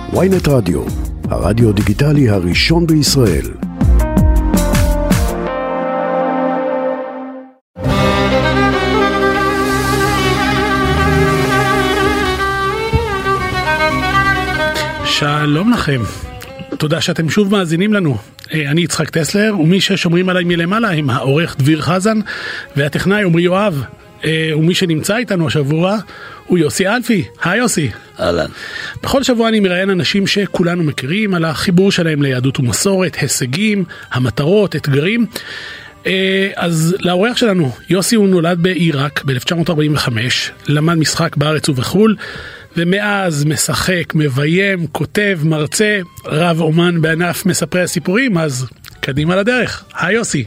ynet רדיו, הרדיו דיגיטלי הראשון בישראל. שלום לכם, תודה שאתם שוב מאזינים לנו. אני יצחק טסלר, ומי ששומרים עליי מלמעלה הם העורך דביר חזן והטכנאי עמרי יואב, ומי שנמצא איתנו השבוע הוא יוסי אלפי. היי יוסי. אהלן. בכל שבוע אני מראיין אנשים שכולנו מכירים על החיבור שלהם ליהדות ומסורת, הישגים, המטרות, אתגרים. אז לאורח שלנו, יוסי הוא נולד בעיראק ב-1945, למד משחק בארץ ובחול, ומאז משחק, מביים, כותב, מרצה, רב אומן בענף מספרי הסיפורים. אז קדימה לדרך. היי יוסי.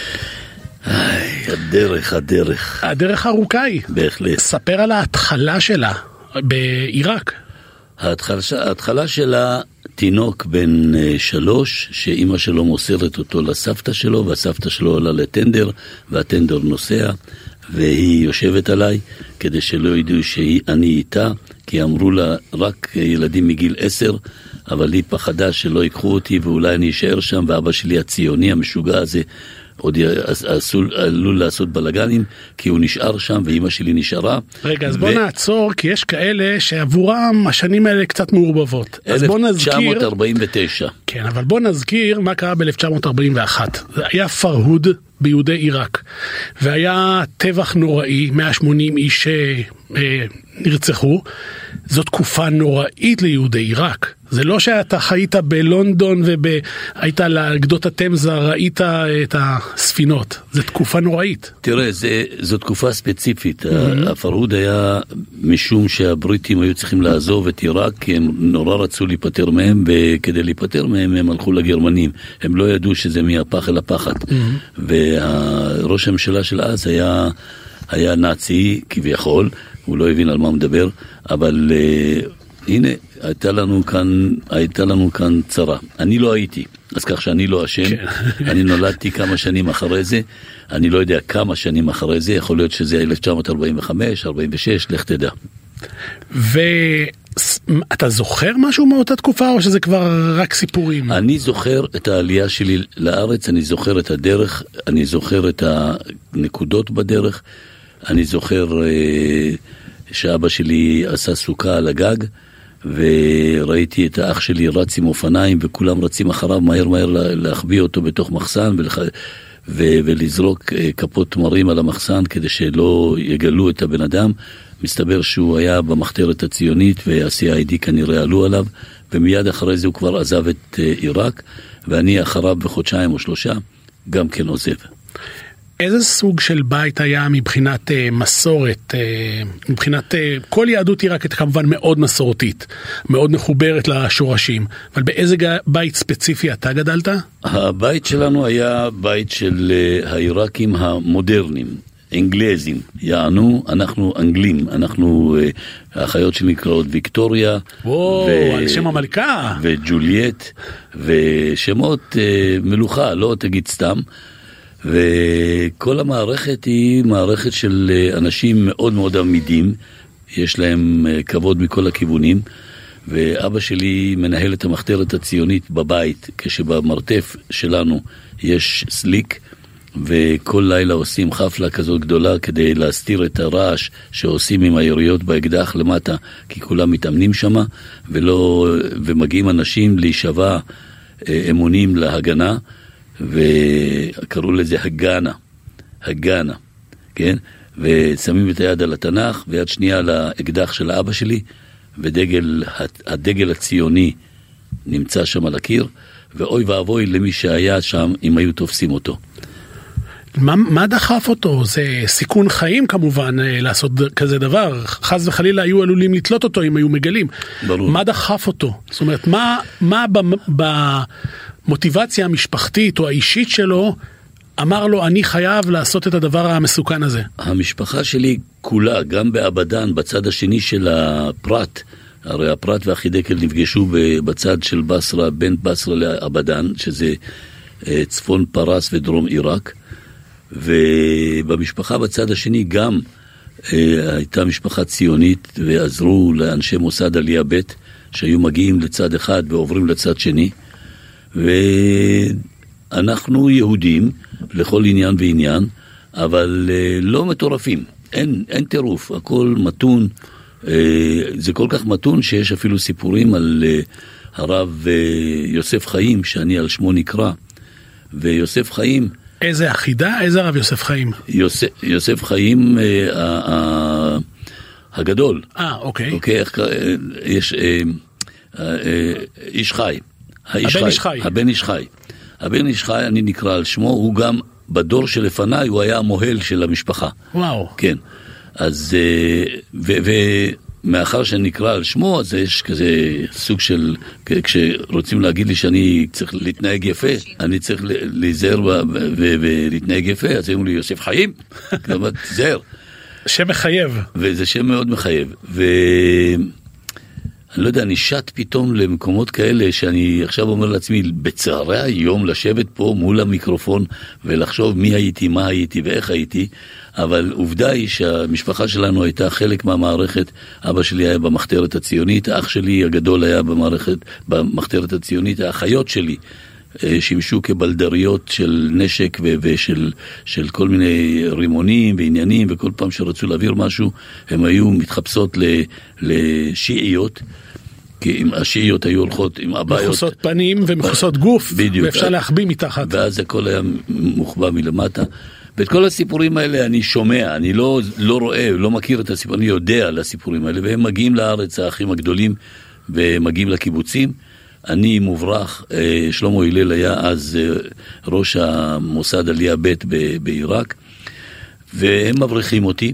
הדרך ארוכה היא. בהחלט. ספר על ההתחלה שלה בעיראק. ההתחלה שלה, תינוק בן 3, שאמא שלו מוסרת אותו לסבתא שלו, והסבתא שלו עולה לטנדר, והטנדר נוסע, והיא יושבת עליי, כדי שלא ידעו שאני איתה, כי אמרו לה רק ילדים מגיל 10, אבל היא פחדה שלא ייקחו אותי, ואולי אני אשאר שם, ואבא שלי הציוני המשוגע הזה, עוד עלול לעשות בלגנים, כי הוא נשאר שם, ואמא שלי נשארה. רגע, אז בוא נעצור, כי יש כאלה שעבורם השנים האלה קצת מעורבבות. 1949. כן, אבל בוא נזכיר מה קרה ב-1941. זה היה פרהוד ביהודי עיראק, והיה טבח נוראי, 180 איש נרצחו. זו תקופה נוראית ליהודי עיראק. זה לא שאתה חיית בלונדון והיית על גדות התמזה, ראית את הספינות. זו תקופה נוראית. תראה, זו תקופה ספציפית. הפרהוד היה משום שהבריטים היו צריכים לעזוב את עיראק, כי הם נורא רצו להיפטר מהם, וכדי להיפטר מהם הם הלכו לגרמנים. הם לא ידעו שזה מהפח אל הפחת. וראש הממשלה של אז היה נאצי כביכול, הוא לא הבין על מה מדבר, אבל הנה, הייתה לנו כאן צרה. אני לא הייתי, אז כך שאני לא אשם. אני נולדתי כמה שנים אחרי זה, אני לא יודע כמה שנים אחרי זה, יכול להיות שזה 1945, 46, לך תדע. ואתה זוכר משהו מאותה תקופה, או שזה כבר רק סיפורים? אני זוכר את העלייה שלי לארץ, אני זוכר את הדרך, אני זוכר את הנקודות בדרך, אני זוכר שאבא שלי עשה סוכה על הגג, וראיתי את האח שלי רץ עם אופניים, וכולם רצים אחריו מהר להחביא אותו בתוך מחסן, ולזרוק כפות תמרים על המחסן, כדי שלא יגלו את הבן אדם. מסתבר שהוא היה במחתרת הציונית, וה-CID כנראה עלו עליו, ומיד אחרי זה הוא כבר עזב את עיראק, ואני אחריו בחודשיים או 3 גם כן עוזב. איזה סוג של בית היה מבחינת מסורת, מבחינת כל יהדות עיראקית כמובן מאוד מסורתית, מאוד מחוברת לשורשים, אבל באיזה בית ספציפי אתה גדלת? הבית שלנו היה בית של העיראקים המודרניים, אנגלזים, יענו, אנחנו אנגלים, אנחנו, האחיות שלי נקראות ויקטוריה, על שם המלכה, וג'וליאט, ושמות מלוכה, לא תגיד סתם, וכל המערכת היא מערכת של אנשים מאוד מאוד עמידים, יש להם כבוד מכל הכיוונים, ואבא שלי מנהל את המחתרת הציונית בבית, כשבמרתף שלנו יש סליק, וכל לילה עושים חפלה כזאת גדולה כדי להסתיר את הרעש שעושים עם היריות באקדח למטה, כי כולם מתאמנים שם, ומגיעים אנשים להישבע אמונים להגנה, וקראו לזה הגנה, כן? ושמים את היד על התנ"ך, ויד שנייה על האקדח של האבא שלי, והדגל הציוני נמצא שם על הקיר, ואוי ואבוי למי שהיה שם אם היו תופסים אותו. מה דחף אותו? זה סיכון חיים כמובן לעשות כזה דבר. חס וחלילה היו עלולים לתלות אותו אם היו מגלים. ברור. מה דחף אותו? זאת אומרת, מה במוטיבציה המשפחתית או האישית שלו אמר לו, אני חייב לעשות את הדבר המסוכן הזה? המשפחה שלי כולה, גם באבדן, בצד השני של הפרט, הרי הפרט והחידקל נפגשו בצד של בסרה, בין בסרה לאבדן, שזה צפון פרס ודרום עיראק, ובמשפחה בצד השני גם הייתה משפחה ציונית, ועזרו לאנשי מוסד עלייה ב', שהיו מגיעים לצד אחד ועוברים לצד שני, ואנחנו יהודים לכל עניין ועניין, אבל לא מטורפים, אין טירוף, הכל מתון, זה כל כך מתון שיש אפילו סיפורים על הרב יוסף חיים, שאני על שמו נקרא, ויוסף חיים... איזה אחידה? איזה הרב יוסף חיים? יוסף חיים הגדול. אוקיי. אוקיי, יש איש חי. הבן איש חי. הבן איש חי, אני נקרא על שמו, הוא גם בדור שלפניי, הוא היה המוהל של המשפחה. וואו. כן. אז, ומאחר שנקרא על שמו, אז יש כזה סוג של, כשרוצים להגיד לי שאני צריך להתנהג יפה, אני צריך להיזהר ולהתנהג יפה, אז אומרים לי יוסף חיים, כלומר, תיזהר. שם מחייב. וזה שם מאוד מחייב. אני לא יודע, אני שט פתאום למקומות כאלה שאני עכשיו אומר לעצמי, בצערי היום לשבת פה מול המיקרופון ולחשוב מי הייתי, מה הייתי ואיך הייתי, אבל עובדה היא שהמשפחה שלנו הייתה חלק מהמערכת, אבא שלי היה במחתרת הציונית, אח שלי הגדול היה במחתרת הציונית, האחיות שלי שימשו כבלדריות של נשק ושל כל מיני רימונים ועניינים, וכל פעם שרצו להעביר משהו הם היו מתחפשות לשיעיות, כי השיעיות היו הולכות עם הבעיות מחוסות פנים ומחוסות גוף, בדיוק, ואפשר להחביא מתחת, ואז הכל היה מוחבא מלמטה. ואת כל הסיפורים האלה אני שומע, אני לא רואה, לא מכיר את הסיפורים, אני יודע על הסיפורים האלה, והם מגיעים לארץ, האחים הגדולים, ומגיעים לקיבוצים. אני מוברח, שלמה הלל היה אז ראש המוסד עלייה ב' בעיראק, והם מבריחים אותי,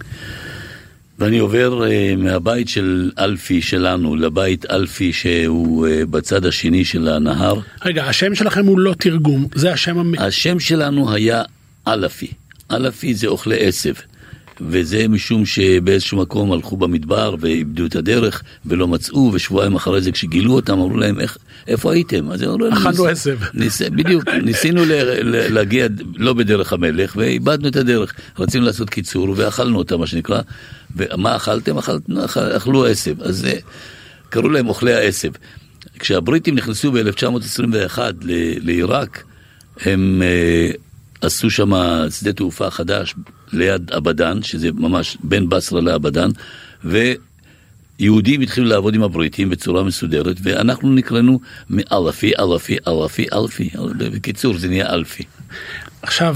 ואני עובר מהבית של אלפי שלנו לבית אלפי שהוא בצד השני של הנהר. רגע, השם שלכם הוא לא תרגום, זה השם השם שלנו היה אלפי. אלפי זה אוכלי עשב, וזה משום שבאיזשהו מקום הלכו במדבר ואיבדו את הדרך ולא מצאו, ושבועיים אחרי זה כשגילו אותם אמרו להם איפה הייתם? אז אמרו להם אכלנו עשב. בדיוק, ניסינו להגיע לא בדרך המלך ואיבדנו את הדרך, רצינו לעשות קיצור ואכלנו אותם מה שנקרא, ומה אכלתם? אכלו עשב, אז קראו להם אוכלי העשב. כשהבריטים נכנסו ב-1921 לעיראק, הם עשו שם שדה תעופה חדש ליד אבדן, שזה ממש בין בסרה לאבדן, ויהודים התחילו לעבוד עם הבריטים בצורה מסודרת, ואנחנו נקראנו מאלפי, אלפי, אלפי, אלפי. בקיצור, זה נהיה אלפי. עכשיו,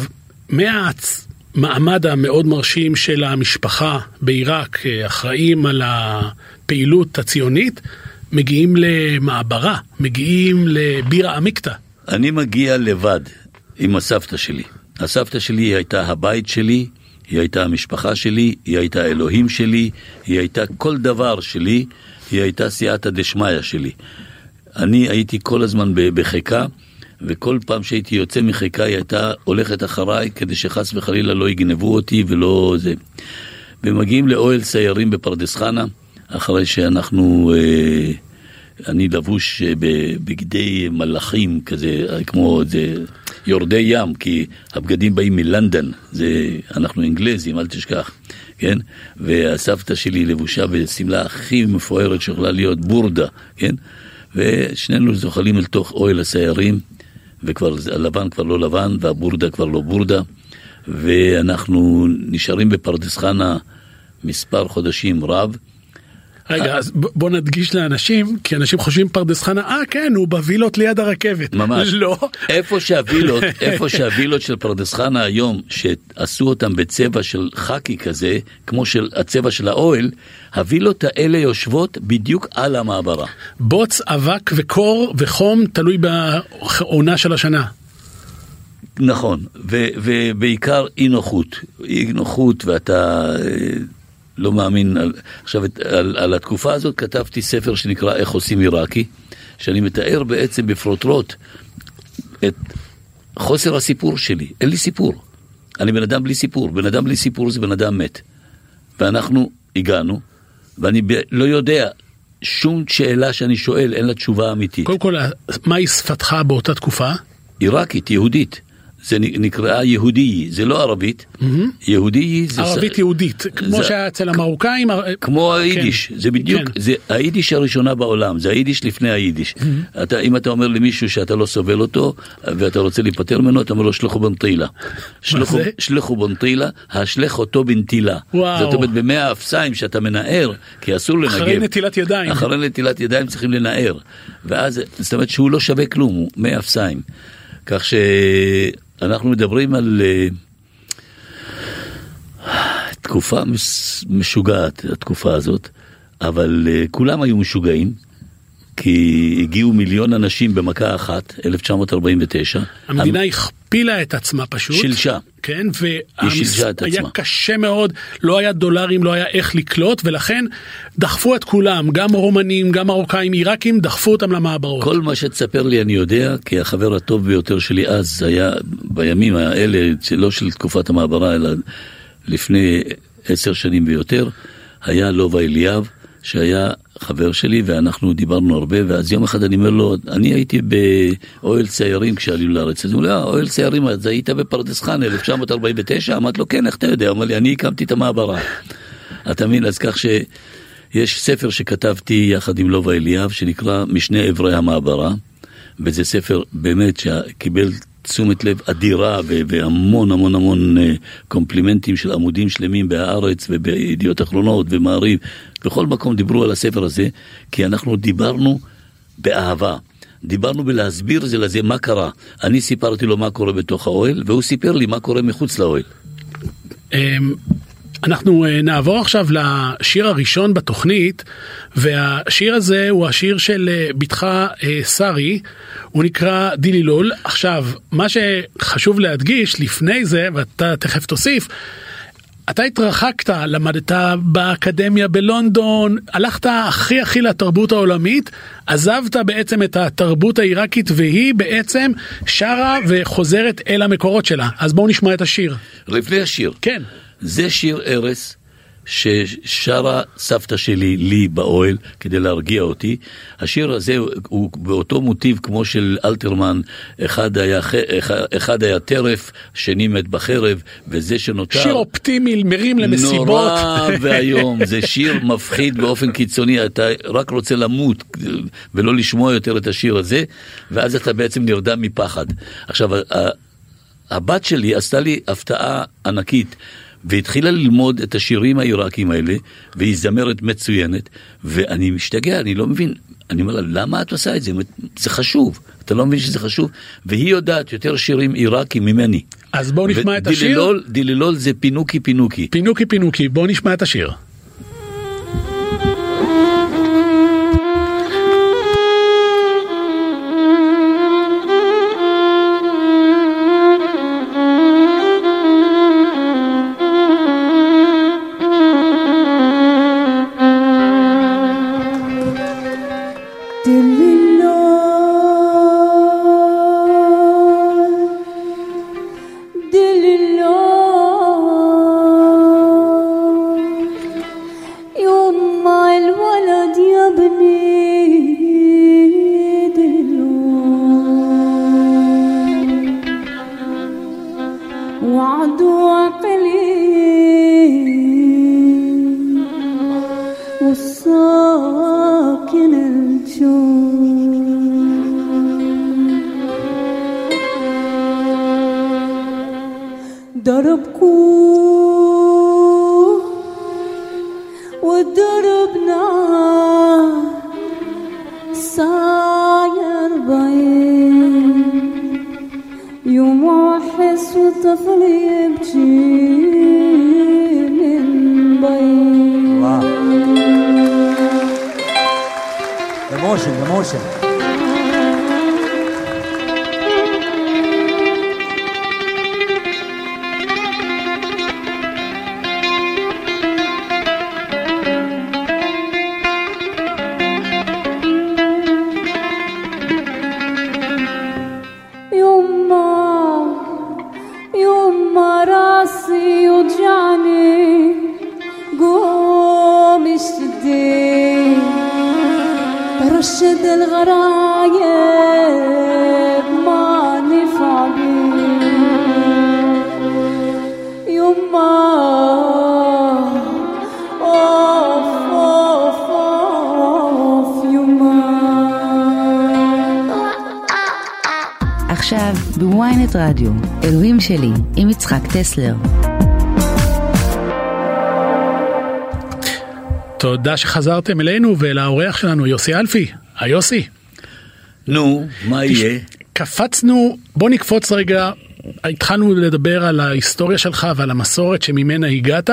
מהמעמד המאוד מרשים של המשפחה בעיראק, אחראים על הפעילות הציונית, מגיעים למעברה, מגיעים לבירה עמיקתא. אני מגיע לבד עם הסבתא שלי. הסבתא שלי הייתה הבית שלי, היא הייתה המשפחה שלי, היא הייתה אלוהים שלי, היא הייתה כל דבר שלי, היא הייתה סייעתא דשמיא שלי. אני הייתי כל הזמן בחיקה, וכל פעם שהייתי יוצא מחיקה היא הייתה הולכת אחריי כדי שחס וחלילה לא יגנבו אותי ולא זה. ומגיעים לאוהל סיירים בפרדס חנה, אחרי שאנחנו, אני לבוש בבגדי מלאכים כזה, כמו זה יורדי ים, כי הבגדים באים מלנדון, אנחנו אנגלזים, אל תשכח, כן? והסבתא שלי לבושה בסמלה הכי מפוארת שיכולה להיות בורדה, כן? ושנינו זוחלים אל תוך אוהל הסיירים, וכבר הלבן כבר לא לבן, והבורדה כבר לא בורדה, ואנחנו נשארים בפרדס חנה מספר חודשים רב. רגע, אז בוא נדגיש לאנשים, כי אנשים חושבים פרדס חנה, כן, הוא בווילות ליד הרכבת. ממש. לא. איפה שהווילות של פרדס חנה היום, שעשו אותם בצבע של חקי כזה, כמו של הצבע של האוהל, הווילות האלה יושבות בדיוק על המעברה. בוץ, אבק וקור וחום, תלוי בעונה של השנה. נכון, ובעיקר אי נוחות, ואתה לא מאמין. עכשיו, על התקופה הזאת כתבתי ספר שנקרא איך עושים עיראקי, שאני מתאר בעצם בפרוטרוט את חוסר הסיפור שלי. אין לי סיפור. אני בן אדם בלי סיפור. בן אדם בלי סיפור זה בן אדם מת. ואנחנו הגענו, ואני לא יודע, שום שאלה שאני שואל, אין לה תשובה אמיתית. קודם כל, מהי שפתך באותה תקופה? עיראקית, יהודית. זה נקרא יהודי, זה לא ערבית. יהודי זה... ערבית יהודית, כמו שהיה אצל המרוקאים. כמו היידיש, זה בדיוק, זה היידיש הראשונה בעולם, זה היידיש לפני היידיש. אם אתה אומר למישהו שאתה לא סובל אותו, ואתה רוצה להיפטר ממנו, אתה אומר לו שלחו בנטילה. שלחו בנטילה, השלח אותו בנטילה. זאת אומרת, במאה האפסיים שאתה מנער, כי אסור לנגב. אחרי נטילת ידיים. אחרי נטילת ידיים צריכים לנער. ואז, זאת אומרת שהוא לא שווה כלום, הוא מאה אפסיים. כך שאנחנו מדברים על תקופה משוגעת, התקופה הזאת, אבל כולם היו משוגעים, כי הגיעו מיליון אנשים במכה אחת, 1949. המדינה הכפילה את עצמה פשוט. שילשה. כן, והיה קשה מאוד, לא היה דולרים, לא היה איך לקלוט, ולכן דחפו את כולם, גם רומנים, גם מרוקאים, עיראקים, דחפו אותם למעברות. כל מה שתספר לי אני יודע, כי החבר הטוב ביותר שלי אז היה בימים האלה, לא של תקופת המעברה, אלא לפני 10 שנים ויותר, היה לובה אליאב, שהיה חבר שלי, ואנחנו דיברנו הרבה, ואז יום אחד אני אומר לו, אני הייתי באוהל ציירים כשעלינו לארץ. אז הוא אומר, אוהל ציירים, אז היית בפרדס חנה, 1949? אמרתי לו, כן, איך אתה יודע? אמר לי, אני הקמתי את המעברה. אתה מבין, אז כך שיש ספר שכתבתי יחד עם לובה אליאב, שנקרא משני עברי המעברה, וזה ספר באמת שקיבל תשומת לב אדירה, והמון המון המון קומפלימנטים של עמודים שלמים בהארץ ובידיעות אחרונות ומעריב, בכל מקום דיברו על הספר הזה, כי אנחנו דיברנו באהבה, דיברנו בלהסביר זה לזה מה קרה. אני סיפרתי לו מה קורה בתוך האוהל, והוא סיפר לי מה קורה מחוץ לאוהל. אנחנו נעבור עכשיו לשיר הראשון בתוכנית, והשיר הזה הוא השיר של בתך שרי, הוא נקרא דילילול. עכשיו, מה שחשוב להדגיש לפני זה, ואתה תכף תוסיף, אתה התרחקת, למדת באקדמיה בלונדון, הלכת הכי לתרבות העולמית, עזבת בעצם את התרבות העיראקית, והיא בעצם שרה וחוזרת אל המקורות שלה. אז בואו נשמע את השיר. לפני השיר. כן. זה שיר ארס ששרה סבתא שלי לי באוהל כדי להרגיע אותי. השיר הזה הוא באותו מוטיב כמו של אלתרמן, אחד היה טרף, שני מת בחרב, וזה שנותר שיר אופטימי, מרים למסיבות, נורא והיום. זה שיר מפחיד באופן קיצוני, אתה רק רוצה למות ולא לשמוע יותר את השיר הזה, ואז אתה בעצם נרדם מפחד. עכשיו הבת שלי עשתה לי הפתעה ענקית, והתחילה ללמוד את השירים העיראקים האלה, והיא זמרת מצוינת, ואני משתגע, אני לא מבין. אני אומר לה, למה את עושה את זה? זה חשוב. אתה לא מבין שזה חשוב? והיא יודעת יותר שירים עיראקים ממני. אז בואו נשמע את השיר. דילילול זה פינוקי פינוקי. פינוקי פינוקי, בואו נשמע את השיר. رشد الغرايب ما نفع بيه עכשיו בוויינט רדיו, אלוהים שלי, עם יצחק טסלר. תודה שחזרתם אלינו ואל האורח שלנו, יוסי אלפי. היוסי. נו, מה יהיה? קפצנו, בוא נקפוץ רגע, התחלנו לדבר על ההיסטוריה שלך ועל המסורת שממנה הגעת.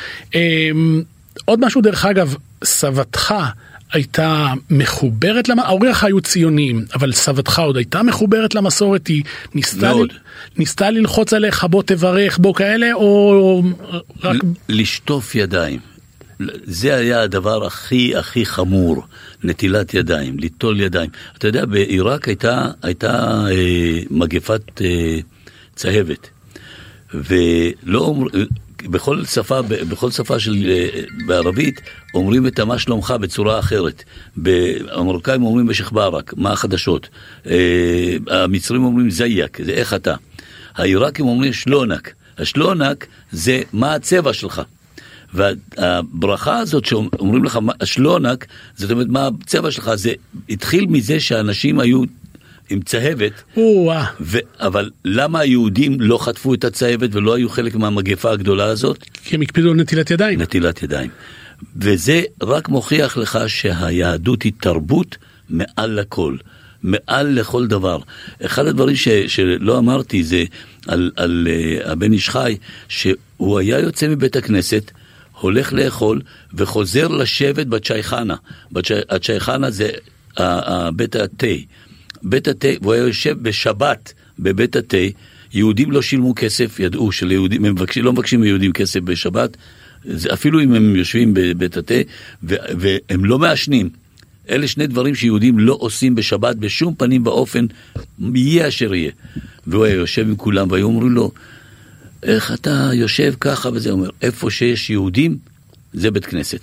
עוד משהו דרך אגב, סבתך הייתה מחוברת, ההוריך היו ציונים, אבל סבתך עוד הייתה מחוברת למסורת, היא ניסתה ללחוץ עליך, בוא תברך, בוא כאלה, או רק... לשטוף ידיים. זה היה הדבר הכי חמור, נטילת ידיים, ליטול ידיים. אתה יודע, בעיראק הייתה מגפת צהבת, ולא בכל שפה בערבית אומרים את מה שלומך בצורה אחרת. האמריקאים אומרים בשחברק, מה החדשות. המצרים אומרים זייק, זה איך אתה. העיראקים אומרים שלונק. השלונק זה מה הצבע שלך. והברכה הזאת שאומרים לך השלונק, זאת אומרת מה הצבע שלך, זה התחיל מזה שאנשים היו עם צהבת, אבל למה היהודים לא חטפו את הצהבת ולא היו חלק מהמגפה הגדולה הזאת? כי הם הקפידו נטילת ידיים. נטילת ידיים. וזה רק מוכיח לך שהיהדות היא תרבות מעל לכל, מעל לכל דבר. אחד הדברים שלא אמרתי זה על הבן איש חי, שהוא היה יוצא מבית הכנסת, הולך לאכול וחוזר לשבת בצ'ייחנה. הצ'ייחנה זה בית התה. בית התה, והוא היה יושב בשבת בבית התה, יהודים לא שילמו כסף, ידעו שליהודים, הם לא מבקשים מיהודים כסף בשבת, אפילו אם הם יושבים בבית התה, והם לא מעשנים. אלה שני דברים שיהודים לא עושים בשבת בשום פנים באופן, יהיה אשר יהיה. והוא היה יושב עם כולם, והיו אומרים לו, איך אתה יושב ככה? וזה אומר, איפה שיש יהודים, זה בית כנסת.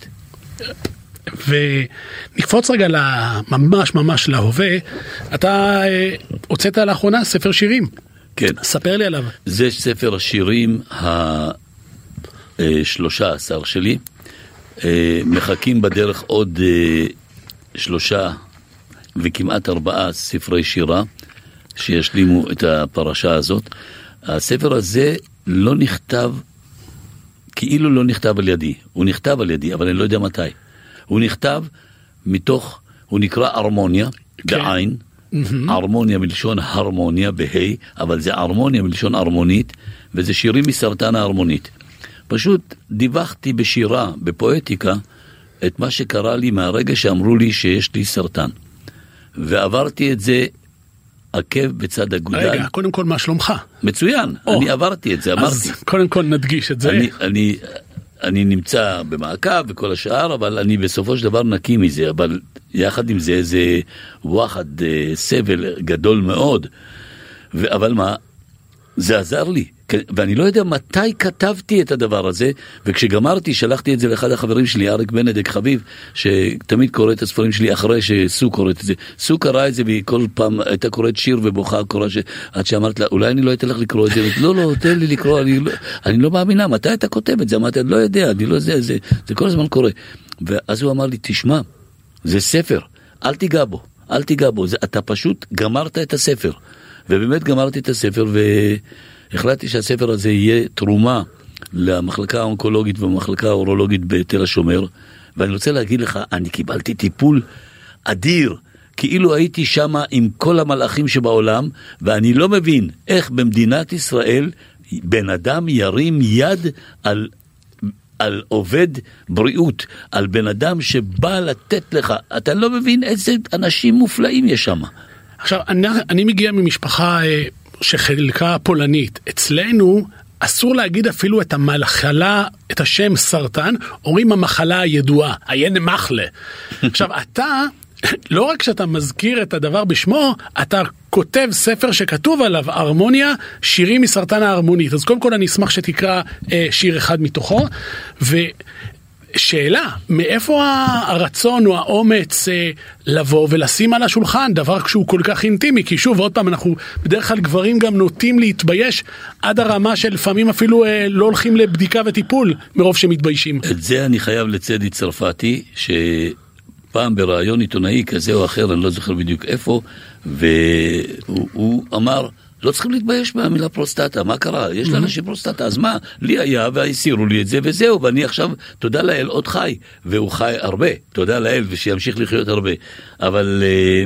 ונקפוץ רגע ממש להווה. אתה הוצאת לאחרונה ספר שירים. כן. ספר לי עליו. זה ספר השירים ה-13 שלי. מחכים בדרך עוד 3 וכמעט 4 ספרי שירה שישלימו את הפרשה הזאת. הספר הזה לא נכתב, כאילו לא נכתב על ידי. הוא נכתב על ידי, אבל אני לא יודע מתי. הוא נכתב מתוך, הוא נקרא הרמוניה, בעין, הרמוניה מלשון הרמוניה, בהי, אבל זה הרמוניה מלשון הרמונית, וזה שירים מסרטן ההרמונית. פשוט דיווחתי בשירה, בפואטיקה, את מה שקרה לי מהרגע שאמרו לי שיש לי סרטן. ועברתי את זה עקב בצד אגודל. רגע, קודם כל מה שלומך? מצוין, אני עברתי את זה, אמרתי. אז קודם כל נדגיש את זה. אני נמצא במעקב וכל השאר, אבל אני בסופו של דבר נקי מזה, אבל יחד עם זה, זה וואחד סבל גדול מאוד, אבל מה, זה עזר לי, ואני לא יודע מתי כתבתי את הדבר הזה, וכשגמרתי שלחתי את זה לאחד החברים שלי, אריק בנדק חביב, שתמיד קורא את הספרים שלי אחרי שסו קורא את זה. סו קרא את זה וכל פעם הייתה קוראת שיר ובוכה, עד שאמרת לה, אולי אני לא הייתה לך לקרוא את זה, לא, תן לי לקרוא, אני לא מאמינה, מתי אתה כותב את זה? אמרתי, אני לא יודע, זה כל הזמן קורה. ואז הוא אמר לי, תשמע, זה ספר, אל תיגע בו, אתה פשוט גמרת את הספר. ובאמת גמרתי את הספר, והחלטתי שהספר הזה יהיה תרומה למחלקה האונקולוגית ומחלקה האורולוגית בתל השומר, ואני רוצה להגיד לך, אני קיבלתי טיפול אדיר, כאילו הייתי שם עם כל המלאכים שבעולם, ואני לא מבין איך במדינת ישראל בן אדם ירים יד על עובד בריאות, על בן אדם שבא לתת לך, אתה לא מבין איזה אנשים מופלאים יש שם. עכשיו, אני מגיע ממשפחה שחלקה פולנית. אצלנו אסור להגיד אפילו את המחלה, את השם סרטן, אומרים המחלה הידועה, היין מחלה. עכשיו, אתה, לא רק שאתה מזכיר את הדבר בשמו, אתה כותב ספר שכתוב עליו, הרמוניה, שירים מסרטן ההרמונית. אז קודם כל אני אשמח שתקרא שיר אחד מתוכו, שאלה, מאיפה הרצון או האומץ לבוא ולשים על השולחן דבר כשהוא כל כך אינטימי? כי שוב, עוד פעם, אנחנו בדרך כלל גברים גם נוטים להתבייש עד הרמה של לפעמים אפילו לא הולכים לבדיקה וטיפול מרוב שמתביישים. את זה אני חייב לצדי צרפתי, שפעם ברעיון עיתונאי כזה או אחר, אני לא זוכר בדיוק איפה, והוא אמר, לא צריכים להתבייש מהמילה פרוסטטה, מה קרה? יש לאנשים פרוסטטה, אז מה? לי היה והסירו לי את זה וזהו, ואני עכשיו, תודה לאל, עוד חי, והוא חי הרבה, תודה לאל, ושימשיך לחיות הרבה. אבל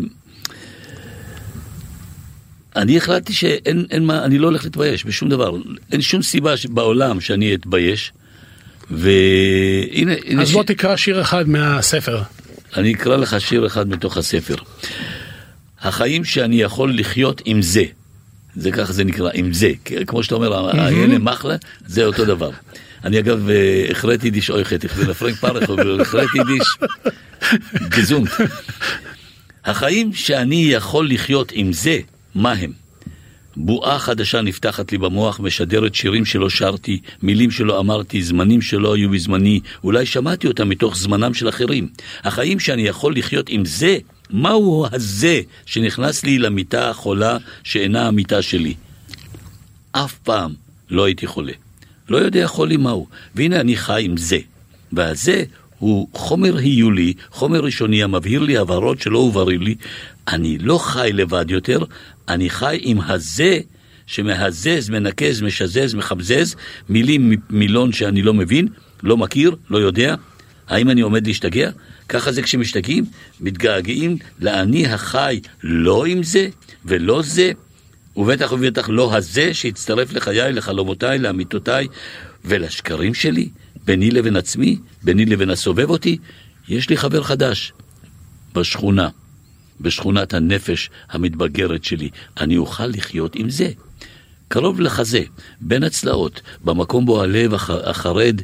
אני החלטתי שאין מה, אני לא הולך להתבייש בשום דבר, אין שום סיבה בעולם שאני אתבייש, והנה... אז בוא תקרא שיר אחד מהספר. אני אקרא לך שיר אחד מתוך הספר. החיים שאני יכול לחיות עם זה, זה ככה זה נקרא, עם זה, כמו שאתה אומר, הינה מחלה, זה אותו דבר. אני אגב, החרט יידיש אויכת, פרנק פרח, החרט יידיש גזונט. החיים שאני יכול לחיות עם זה, מה הם? בועה חדשה נפתחת לי במוח, משדרת שירים שלא שרתי, מילים שלא אמרתי, זמנים שלא היו בזמני, אולי שמעתי אותם מתוך זמנם של אחרים. החיים שאני יכול לחיות עם זה, מהו הזה שנכנס לי למיטה החולה שאינה המיטה שלי? אף פעם לא הייתי חולה. לא יודע חולי מהו. והנה אני חי עם זה. והזה הוא חומר היולי, חומר ראשוני המבהיר לי הבהרות שלא הובהרי לי. אני לא חי לבד יותר, אני חי עם הזה שמהזז, מנקז, משזז, מחבזז, מילים מילון שאני לא מבין, לא מכיר, לא יודע. האם אני עומד להשתגע? ככה זה כשמשתגעים, מתגעגעים לאני החי לא עם זה ולא זה, ובטח ובטח לא הזה שהצטרף לחיי, לחלומותיי, לאמיתותיי ולשקרים שלי, ביני לבין עצמי, ביני לבין הסובב אותי. יש לי חבר חדש בשכונה, בשכונת הנפש המתבגרת שלי. אני אוכל לחיות עם זה. קרוב לחזה, בין הצלעות, במקום בו הלב החרד,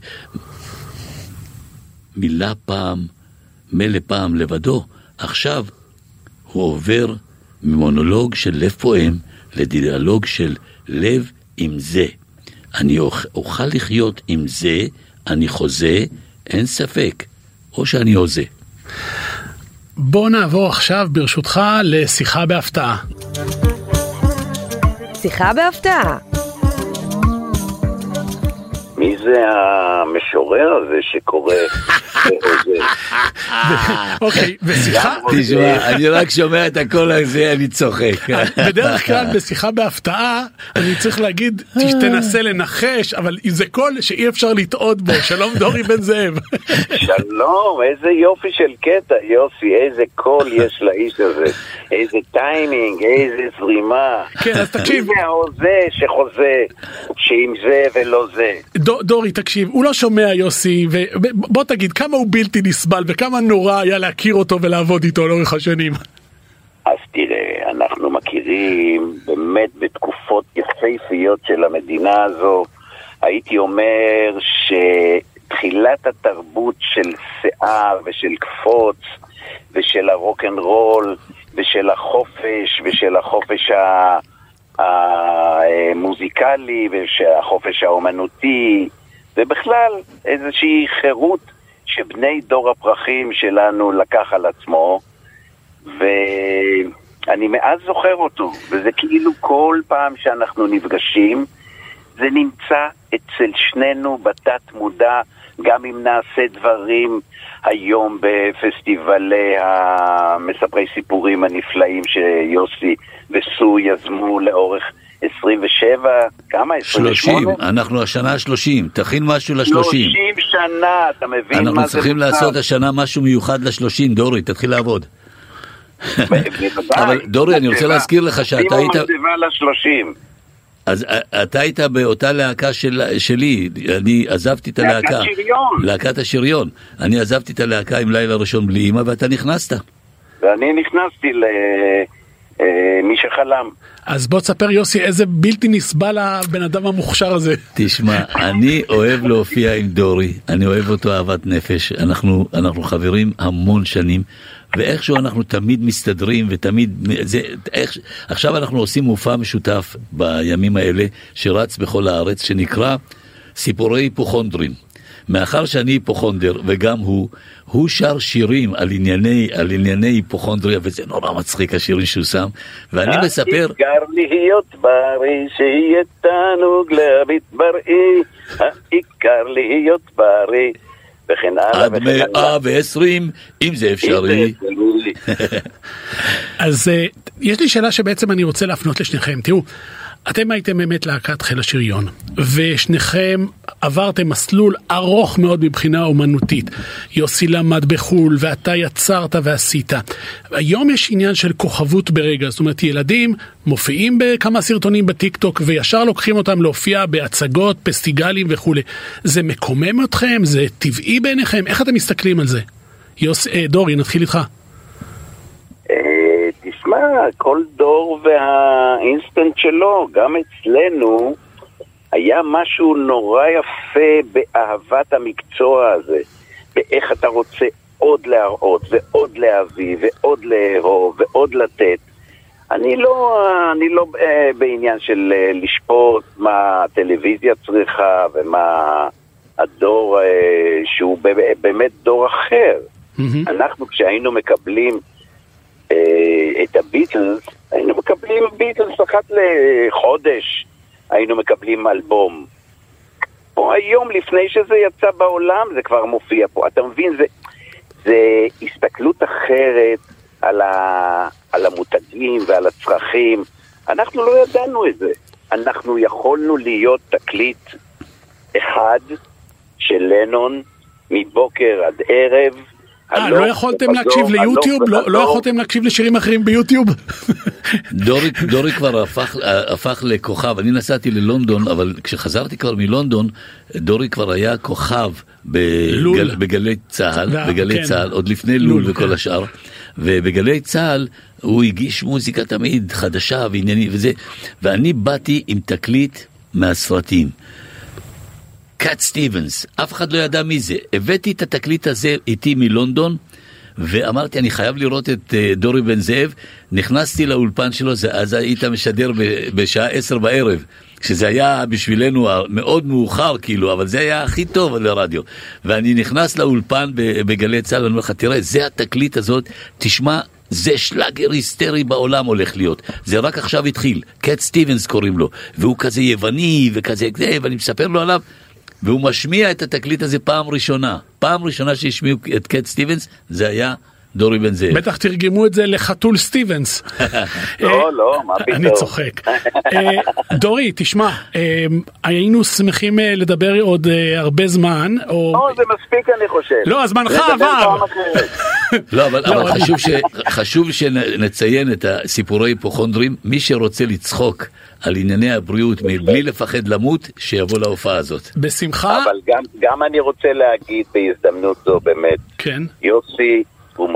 מילה פעם, מלא פעם לבדו, עכשיו הוא עובר ממונולוג של לב פועם לדיאלוג של לב עם זה. אני אוכל לחיות עם זה, אני חוזה, אין ספק, או שאני עוזה. בוא נעבור עכשיו ברשותך לשיחה בהפתעה. שיחה בהפתעה. מי זה המשורר הזה שקורא? אוקיי, בשיחה... תשמע, אני רק שומע את הקול הזה, אני צוחק. בדרך כלל בשיחה בהפתעה, אני צריך להגיד, תנסה לנחש, אבל זה קול שאי אפשר לטעות בו. שלום דורי בן זאב. שלום, איזה יופי של קטע, יוסי, איזה קול יש לאיש הזה. איזה טיימינג, איזה זרימה. כן, אז תקשיב. זה ההוזה שחוזה, שעם זה ולא זה. דורי, תקשיב, הוא לא שומע יוסי, ובוא תגיד, כמה הוא בלתי נסבל, וכמה נורא היה להכיר אותו ולעבוד איתו לאורך השנים. אז תראה, אנחנו מכירים באמת בתקופות יפהפיות של המדינה הזו. הייתי אומר שתחילת התרבות של שיער ושל קפוץ ושל הרוק'נ'רול ושל החופש ושל החופש המוזיקלי ושהחופש האומנותי ובכלל איזושהי חירות שבני דור הפרחים שלנו לקח על עצמו, ואני מאז זוכר אותו, וזה כאילו כל פעם שאנחנו נפגשים זה נמצא אצל שנינו בתת מודע, גם אם נעשה דברים היום בפסטיבלי המספרי סיפורים הנפלאים שיוסי וסו יזמו לאורך 27, כמה? 30, אנחנו השנה 30, תכין משהו ל-30. 30 שנה, אתה מבין מה זה? אנחנו צריכים לעשות השנה משהו מיוחד ל-30, דורי, תתחיל לעבוד. אבל דורי, אני רוצה להזכיר לך שאתה היית... אז אתה היית באותה להקה שלי, אני עזבתי את הלהקה. להקת השריון. אני עזבתי את הלהקה עם לילה ראשון בלי אמא, ואתה נכנסת. ואני נכנסתי למי שחלם. אז בוא תספר יוסי, איזה בלתי נסבל הבן אדם המוכשר הזה. תשמע, אני אוהב להופיע עם דורי, אני אוהב אותו אהבת נפש, אנחנו חברים המון שנים, ואיכשהו אנחנו תמיד מסתדרים, ותמיד, עכשיו אנחנו עושים מופע משותף בימים האלה, שרץ בכל הארץ, שנקרא סיפורי היפוכונדרים. מאחר שאני היפוכונדר, וגם הוא שר שירים על ענייני היפוכונדריה, וזה נורא מצחיק השירים שהוא שם, ואני מספר... העיקר להיות בריא, שיהיה תענוג להביט בראי, העיקר להיות בריא, וכן הלאה עד 120, אם זה אפשרי. אז יש לי שאלה שבעצם אני רוצה להפנות לשניכם. תראו, אתם הייתם באמת להקת חיל השריון, ושניכם עברתם מסלול ארוך מאוד מבחינה אומנותית. יוסי למד בחול, ואתה יצרת ועשית. היום יש עניין של כוכבות ברגע, זאת אומרת, ילדים מופיעים בכמה סרטונים בטיק-טוק, וישר לוקחים אותם להופיע בהצגות, פסטיגלים וכו'. זה מקומם אתכם? זה טבעי בעיניכם? איך אתם מסתכלים על זה? דורי, נתחיל איתך. תשמע, כל דור והאינסטנט שלו, גם אצלנו היה משהו נורא יפה באהבת המקצוע הזה, באיך אתה רוצה עוד להראות ועוד להביא ועוד לאהוב ועוד לתת. אני לא בעניין של לשפוט מה הטלוויזיה צריכה ומה הדור שהוא באמת דור אחר. אנחנו כשהיינו מקבלים את הביטלס, היינו מקבלים ביטלס אחת לחודש, היינו מקבלים אלבום. פה היום, לפני שזה יצא בעולם, זה כבר מופיע פה. אתה מבין, זה הסתכלות אחרת על המותגים ועל הצרכים. אנחנו לא ידענו את זה. אנחנו יכולנו להיות תקליט אחד של לנון מבוקר עד ערב. לא יכולתם להקשיב ליוטיוב? לא יכולתם להקשיב לשירים אחרים ביוטיוב? דורי כבר הפך לכוכב. אני נסעתי ללונדון, אבל כשחזרתי כבר מלונדון, דורי כבר היה כוכב בגלי צהל, עוד לפני לול וכל השאר. ובגלי צהל הוא הגיש מוזיקה תמיד חדשה וענייני וזה, ואני באתי עם תקליט מהסרטים. קאט סטיבנס, אף אחד לא ידע מי זה. הבאתי את התקליט הזה איתי מלונדון, ואמרתי, אני חייב לראות את דורי בן זאב. נכנסתי לאולפן שלו, אז היית משדר בשעה 10 בערב, שזה היה בשבילנו מאוד מאוחר, כאילו, אבל זה היה הכי טוב לרדיו. ואני נכנס לאולפן בגלי צהל, אני אומר לך, תראה, זה התקליט הזאת, תשמע, זה שלאגר היסטרי בעולם הולך להיות. זה רק עכשיו התחיל. קאט סטיבנס קוראים לו, והוא כזה יווני וכזה, ואני מספר לו עליו, והוא משמיע את התקליט הזה פעם ראשונה שהשמיעו את קאט סטיבנס, זה היה דורי בן זאב. בטח תרגמו את זה לחתול סטיבנס. לא, מה פתאום. אני צוחק. דורי, תשמע, היינו שמחים לדבר עוד הרבה זמן. זה מספיק אני חושב. לא, הזמנך עבר. לא, אבל חשוב שנציין את הסיפורי היפוכונדרים. מי שרוצה לצחוק על ענייני הבריאות מבלי לפחד למות, שיבוא להופעה הזאת. בשמחה. אבל גם אני רוצה להגיד בהזדמנות זו באמת. כן. יוסי הוא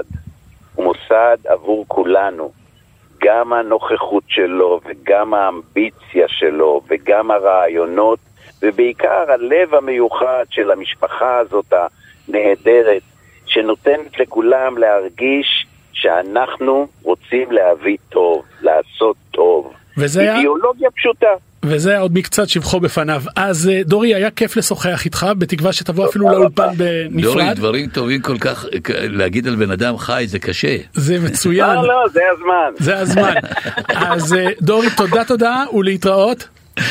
מוסד עבור כולנו. גם הנוכחות שלו וגם האמביציה שלו וגם הרעיונות ובעיקר הלב המיוחד של המשפחה הזאת הנהדרת שנותנת לכולם להרגיש שאנחנו רוצים להביא טוב, לעשות טוב. אידיאולוגיה פשוטה. וזה עוד מקצת שבחו בפניו. אז דורי, היה כיף לשוחח איתך, בתקווה שתבוא אפילו לאולפן בנפרד. דורי, דברים טובים כל כך, להגיד על בן אדם חי זה קשה. זה מצוין. לא, זה הזמן. זה הזמן. אז דורי, תודה ולהתראות.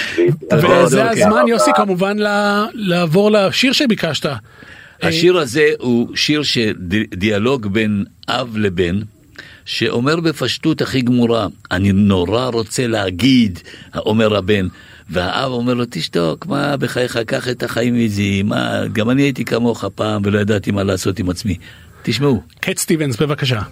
וזה הזמן, יוסי, כמובן לעבור לשיר שביקשת. השיר הזה הוא שיר שדיאלוג בין אב לבן, שאומר בפשטות הכי גמורה, אני נורא רוצה להגיד, אומר הבן, והאב אומר לו, תשתוק, מה בחייך, קח את החיים איזי, מה, גם אני הייתי כמוך פעם ולא ידעתי מה לעשות עם עצמי. תשמעו. קאט סטיבנס, בבקשה.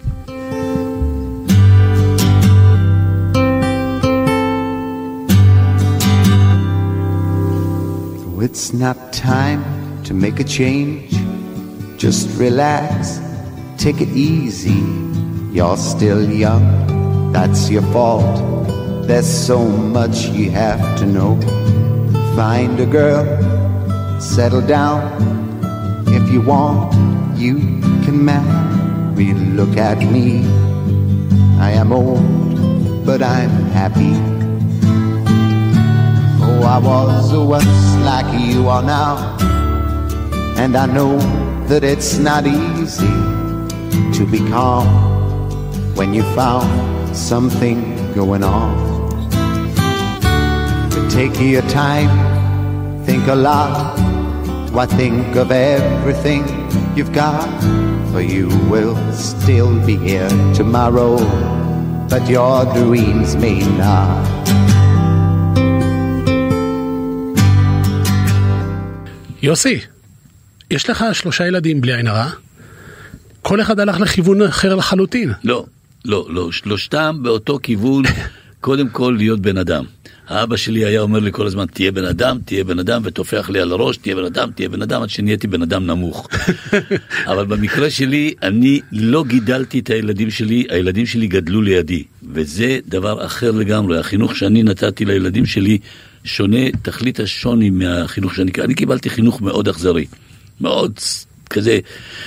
It's not time to make a change. Just relax, take it easy. You're still young, that's your fault. There's so much you have to know. Find a girl, settle down. If you want, you can marry. Look at me, I am old, but I'm happy. Oh, I was once like you are now. And I know that it's not easy to be calm when you found something going on. But take your time, think a lot. Why think of everything you've got? For you will still be here tomorrow, but your dreams may not. יוסי, יש לך 3 ילדים בלי עין הרע? כל אחד הלך לכיוון אחר לחלוטין. לא, שלושתם באותו כיוון, קודם כל להיות בן אדם. האבא שלי היה אומר לי כל הזמן, תהיה בן אדם, ותופח לי על הראש, תהיה בן אדם, עד שנהייתי בן אדם נמוך. אבל במקרה שלי, אני לא גידלתי את הילדים שלי גדלו לידי, וזה דבר אחר לגמרי. החינוך שאני נתתי לילדים שלי שונה, תכלית השוני מהחינוך אני קיבלתי חינוך מאוד אכזרי, מאוד כזה.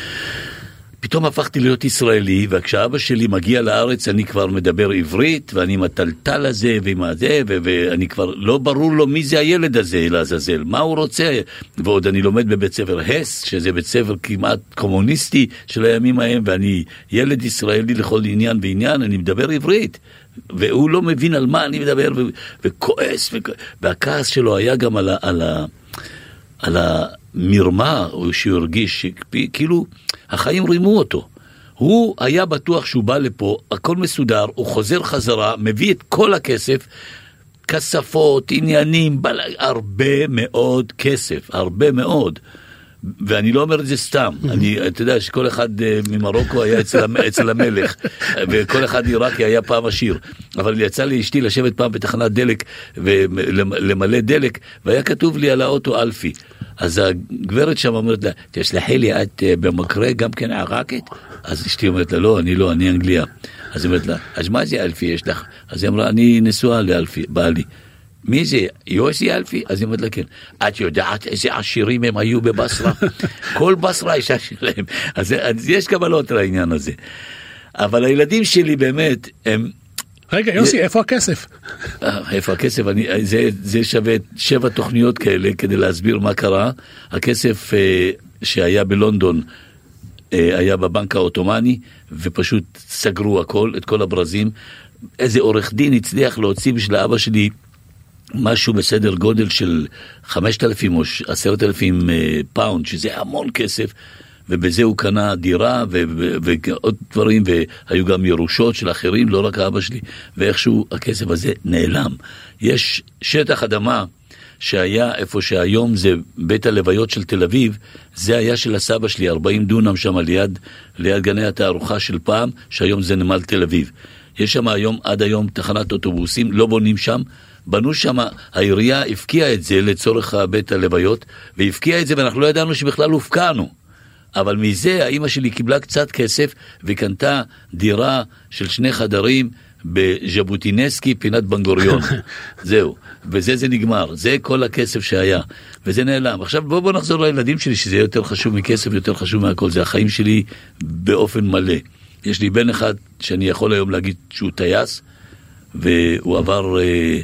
פתאום הפכתי להיות ישראלי, וכשאבא שלי מגיע לארץ אני כבר מדבר עברית, ואני מטלטל הזה ומה זה, ואני כבר לא ברור לו מי זה הילד הזה, לעזאזל, מה הוא רוצה. ועוד אני לומד בבית ספר הס, שזה בית ספר כמעט קומוניסטי של הימים ההם, ואני ילד ישראלי לכל עניין ועניין, אני מדבר עברית. והוא לא מבין על מה אני מדבר, וכועס, והכעס שלו היה גם על המרמה שהוא הרגיש, כאילו החיים רימו אותו. הוא היה בטוח שהוא בא לפה, הכל מסודר, הוא חוזר חזרה, מביא את כל הכסף, כספות, עניינים, הרבה מאוד כסף, הרבה מאוד. ואני לא אומר את זה סתם, אתה יודע שכל אחד ממרוקו היה אצל המלך, וכל אחד עיראקי היה פעם עשיר, אבל יצא לי אשתי לשבת פעם בתחנת דלק ולמלא דלק, והיה כתוב לי על האוטו אלפי. אז הגברת שם אומרת לה, תשלחי לי, את במקרה גם כן עיראקית? אז אשתי אומרת לה, לא, אני אנגליה. אז היא אומרת לה, אז מה זה אלפי יש לך? אז היא אמרה, אני נשואה לאלפי, בעלי. מי זה? יוסי אלפי? אז היא אומרת לה, כן. את יודעת איזה עשירים הם היו בבשרה? כל בשרה אישה שלהם. אז יש קבלות לעניין הזה. אבל הילדים שלי באמת, הם... רגע, יוסי, איפה הכסף? איפה הכסף? זה שווה 7 תוכניות כאלה כדי להסביר מה קרה. הכסף שהיה בלונדון היה בבנק האוטומני, ופשוט סגרו הכל, את כל הברזים. איזה עורך דין הצליח להוציא בשביל האבא שלי משהו בסדר גודל של 5,000 או 10,000 פאונד, שזה המון כסף, ובזה הוא קנה דירה ועוד דברים, והיו גם ירושות של אחרים, לא רק האבא שלי, ואיכשהו הכסף הזה נעלם. יש שטח אדמה שהיה איפה שהיום זה בית הלוויות של תל אביב, זה היה של הסבא שלי, 40 דונם שם ליד גני התערוכה של פעם, שהיום זה נמל תל אביב. יש שם עד היום תחנת אוטובוסים, לא בונים שם, בנו שם, העירייה הפקיעה את זה לצורך בית הלוויות, והפקיעה את זה ואנחנו לא ידענו שבכלל הופקענו. אבל מזה האמא שלי קיבלה קצת כסף וקנתה דירה של 2 חדרים בז'בוטינסקי, פינת בן-גוריון. זהו, וזה זה נגמר, זה כל הכסף שהיה, וזה נעלם. עכשיו בוא נחזור לילדים שלי, שזה יותר חשוב מכסף, יותר חשוב מהכל, זה החיים שלי באופן מלא. יש לי בן אחד שאני יכול היום להגיד שהוא טייס, והוא עבר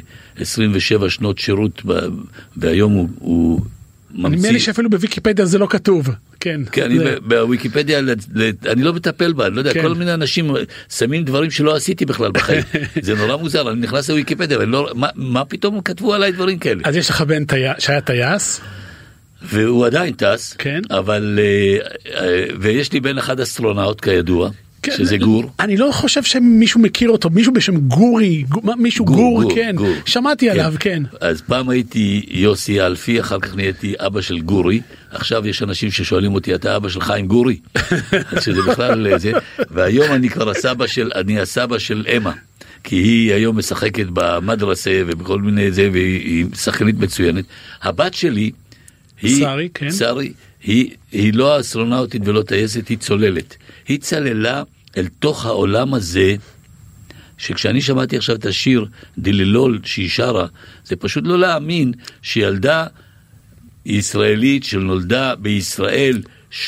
27 שנות שירות, והיום הוא ממציא. נדמה לי שאפילו בוויקיפדיה זה לא כתוב. כן. כן, בוויקיפדיה אני לא מטפל בה, אני לא יודע, כל מיני אנשים שמים דברים שלא עשיתי בכלל בחיים. זה נורא מוזר, אני נכנס לוויקיפדיה, מה פתאום כתבו עליי דברים כאלה? אז יש לך בן שהיה טייס? והוא עדיין טס, כן. אבל, ויש לי בן אחד אסטרונאוט כידוע, כן, שזה גור. אני לא חושב שמישהו מכיר אותו, מישהו בשם גורי, מישהו גור, כן. גור. שמעתי כן. עליו, כן. אז פעם הייתי יוסי אלפי, אחר כך נהייתי אבא של גורי, עכשיו יש אנשים ששואלים אותי, אתה אבא של חיים גורי? שזה בכלל זה, והיום אני כבר הסבא של אמה, כי היא היום משחקת במדרסה ובכל מיני זה, והיא שחקנית מצוינת. הבת שלי, שרי, כן. שרי, היא לא אסטרונאוטית ולא טייסת, היא צוללת. היא צללה אל תוך העולם הזה, שכשאני שמעתי עכשיו את השיר דילילול שהיא שרה, זה פשוט לא להאמין שילדה ישראלית שנולדה בישראל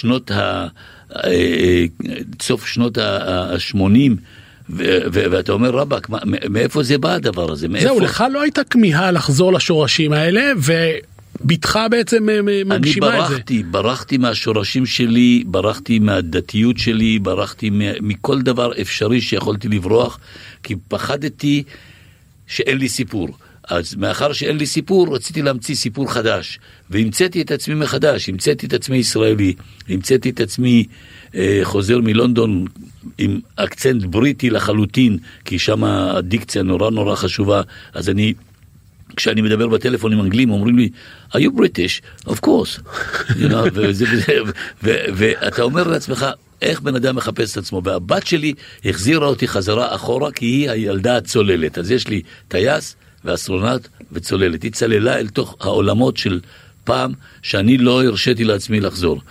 סוף שנות ה-80, ואתה אומר רבק, מאיפה זה בא הדבר הזה? זהו, לך לא הייתה כמיהה לחזור לשורשים האלה, ביתך בעצם מגשימה את זה. אני ברחתי מהשורשים שלי, ברחתי מהדתיות שלי, ברחתי מכל דבר אפשרי שיכולתי לברוח, כי פחדתי שאין לי סיפור. אז מאחר שאין לי סיפור, רציתי להמציא סיפור חדש, והמצאתי את עצמי מחדש, המצאתי את עצמי ישראלי, המצאתי את עצמי חוזר מלונדון עם אקצנט בריטי לחלוטין, כי שם הדיקציה נורא חשובה. אז כשאני מדבר בטלפון עם אנגלים, אומרים לי, are you British? Of course. ואתה אומר לעצמך, איך בן אדם מחפש את עצמו? והבת שלי החזירה אותי חזרה אחורה, כי היא הילדה הצוללת. אז יש לי טייס ואסטרונאוט וצוללת. היא צללה אל תוך העולמות של פעם, שאני לא הרשיתי לעצמי לחזור.